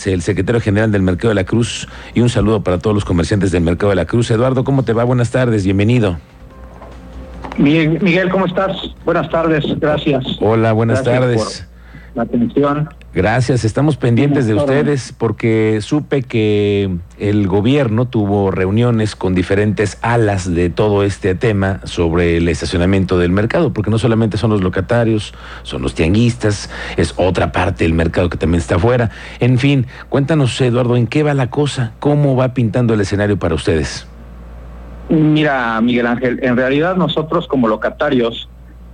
El secretario general del Mercado de la Cruz, y un saludo para todos los comerciantes del Mercado de la Cruz. Eduardo, ¿cómo te va? Buenas tardes, bienvenido. Miguel, ¿cómo estás? Buenas tardes, gracias. Hola, buenas tardes. Por la atención. Gracias, estamos pendientes de ustedes porque supe que el gobierno tuvo reuniones con diferentes alas de todo este tema sobre el estacionamiento del mercado, porque no solamente son los locatarios, son los tianguistas, es otra parte del mercado que también está afuera. En fin, cuéntanos, Eduardo, ¿en qué va la cosa? ¿Cómo va pintando el escenario para ustedes? Mira, Miguel Ángel, en realidad nosotros como locatarios,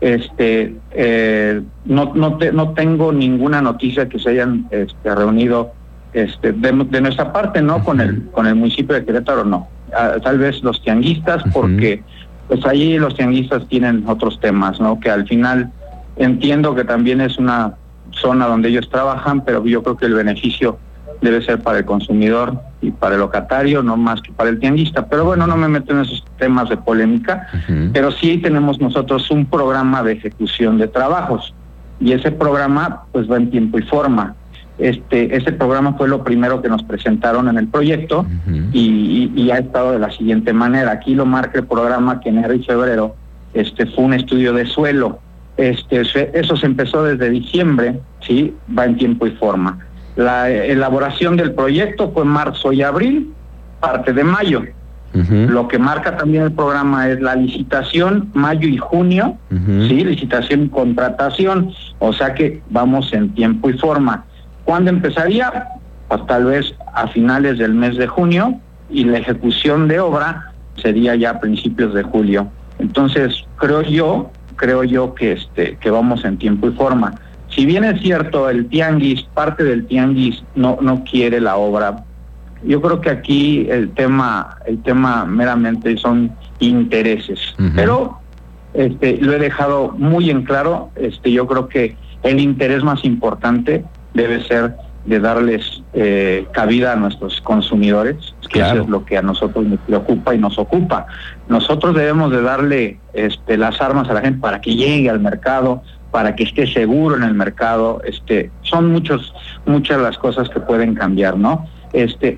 no tengo ninguna noticia que se hayan reunido de nuestra parte, ¿no? Con el municipio de Querétaro, no. Tal vez los tianguistas, porque pues ahí los tianguistas tienen otros temas, ¿no? Que al final entiendo que también es una zona donde ellos trabajan, pero yo creo que el beneficio debe ser para el consumidor y para el locatario, no más que para el tianguista. Pero bueno, no me meto en esos temas de polémica, pero sí tenemos nosotros un programa de ejecución de trabajos, y ese programa pues va en tiempo y forma. Ese programa fue lo primero que nos presentaron en el proyecto, y ha estado de la siguiente manera. Aquí lo marca el programa que enero y febrero fue un estudio de suelo. Eso se empezó desde diciembre, sí, va en tiempo y forma. La elaboración del proyecto fue marzo y abril, parte de mayo. Lo que marca también el programa es la licitación, mayo y junio, sí, licitación y contratación, o sea que vamos en tiempo y forma. ¿Cuándo empezaría? Pues tal vez a finales del mes de junio, y la ejecución de obra sería ya a principios de julio. Entonces, creo yo que vamos en tiempo y forma. Si bien es cierto, el tianguis, parte del tianguis no quiere la obra, yo creo que aquí el tema meramente son intereses. Pero lo he dejado muy en claro, yo creo que el interés más importante debe ser de darles cabida a nuestros consumidores, que claro, eso es lo que a nosotros nos preocupa y nos ocupa. Nosotros debemos de darle las armas a la gente para que llegue al mercado, para que esté seguro en el mercado. Son muchas las cosas que pueden cambiar, ¿no? Yo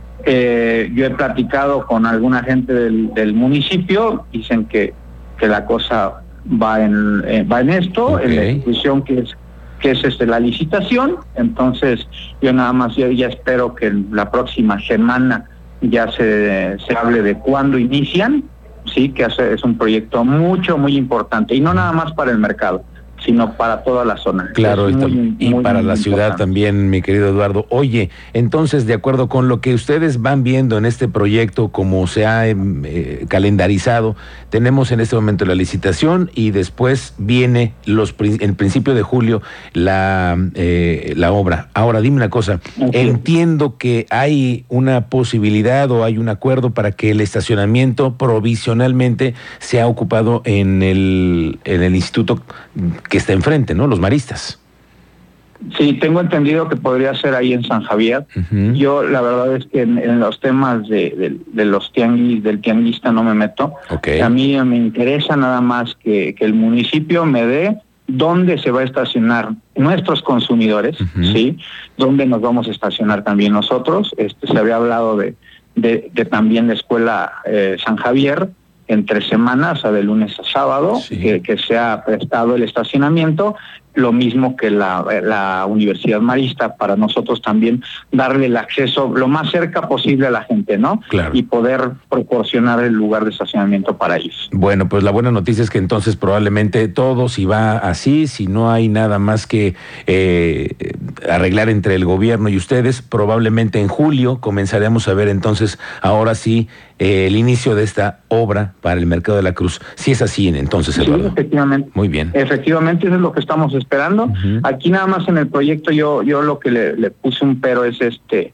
he platicado con alguna gente del municipio, dicen que la cosa va en esto, en la ejecución que es la licitación. Entonces yo nada más ya espero que la próxima semana ya se hable de cuándo inician, sí, que es un proyecto muy importante, y no nada más para el mercado, sino para toda la zona. Claro, y para la ciudad también, mi querido Eduardo. Oye, entonces, de acuerdo con lo que ustedes van viendo en este proyecto, como se ha calendarizado, tenemos en este momento la licitación, y después viene el principio de julio la obra. Ahora, dime una cosa, entiendo que hay una posibilidad o hay un acuerdo para que el estacionamiento provisionalmente sea ocupado en el instituto que está enfrente, ¿no? Los Maristas. Sí, tengo entendido que podría ser ahí en San Javier. Yo la verdad es que en los temas de los tianguis, del tianguista, no me meto. A mí me interesa nada más que el municipio me dé dónde se va a estacionar nuestros consumidores, ¿sí? Dónde nos vamos a estacionar también nosotros. Se había hablado de también la escuela San Javier, entre semanas, o sea, de lunes a sábado, sí, que se ha prestado el estacionamiento, lo mismo que la Universidad Marista, para nosotros también darle el acceso lo más cerca posible a la gente, ¿no? Claro. Y poder proporcionar el lugar de estacionamiento para ellos. Bueno, pues la buena noticia es que entonces probablemente todo, si va así, si no hay nada más que arreglar entre el gobierno y ustedes, probablemente en julio comenzaremos a ver entonces, ahora sí, el inicio de esta obra para el Mercado de la Cruz. Si es así, entonces, Eduardo. Sí, efectivamente. Muy bien. Efectivamente, eso es lo que estamos esperando. Aquí nada más en el proyecto yo lo que le puse un pero es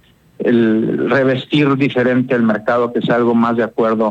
el revestir diferente el mercado, que es algo más de acuerdo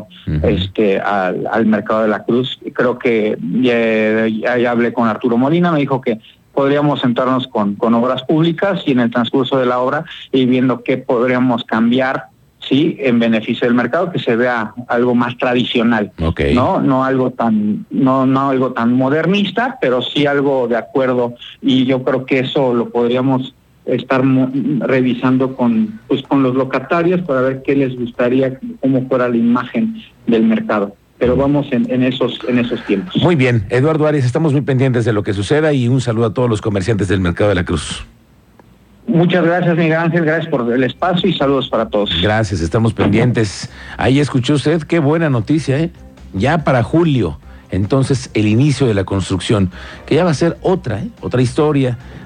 al Mercado de la Cruz. Creo que ya hablé con Arturo Molina, me dijo que podríamos sentarnos con obras públicas, y en el transcurso de la obra ir viendo qué podríamos cambiar, sí, en beneficio del mercado, que se vea algo más tradicional, no algo tan modernista, pero sí algo de acuerdo, y yo creo que eso lo podríamos estar revisando con los locatarios para ver qué les gustaría, cómo fuera la imagen del mercado. Pero vamos en esos tiempos. Muy bien, Eduardo Arias, estamos muy pendientes de lo que suceda y un saludo a todos los comerciantes del Mercado de la Cruz. Muchas gracias, Miguel Ángel, gracias por el espacio y saludos para todos. Gracias, estamos pendientes. Ahí escuchó usted, qué buena noticia, ¿eh? Ya para julio, entonces el inicio de la construcción, que ya va a ser otra historia,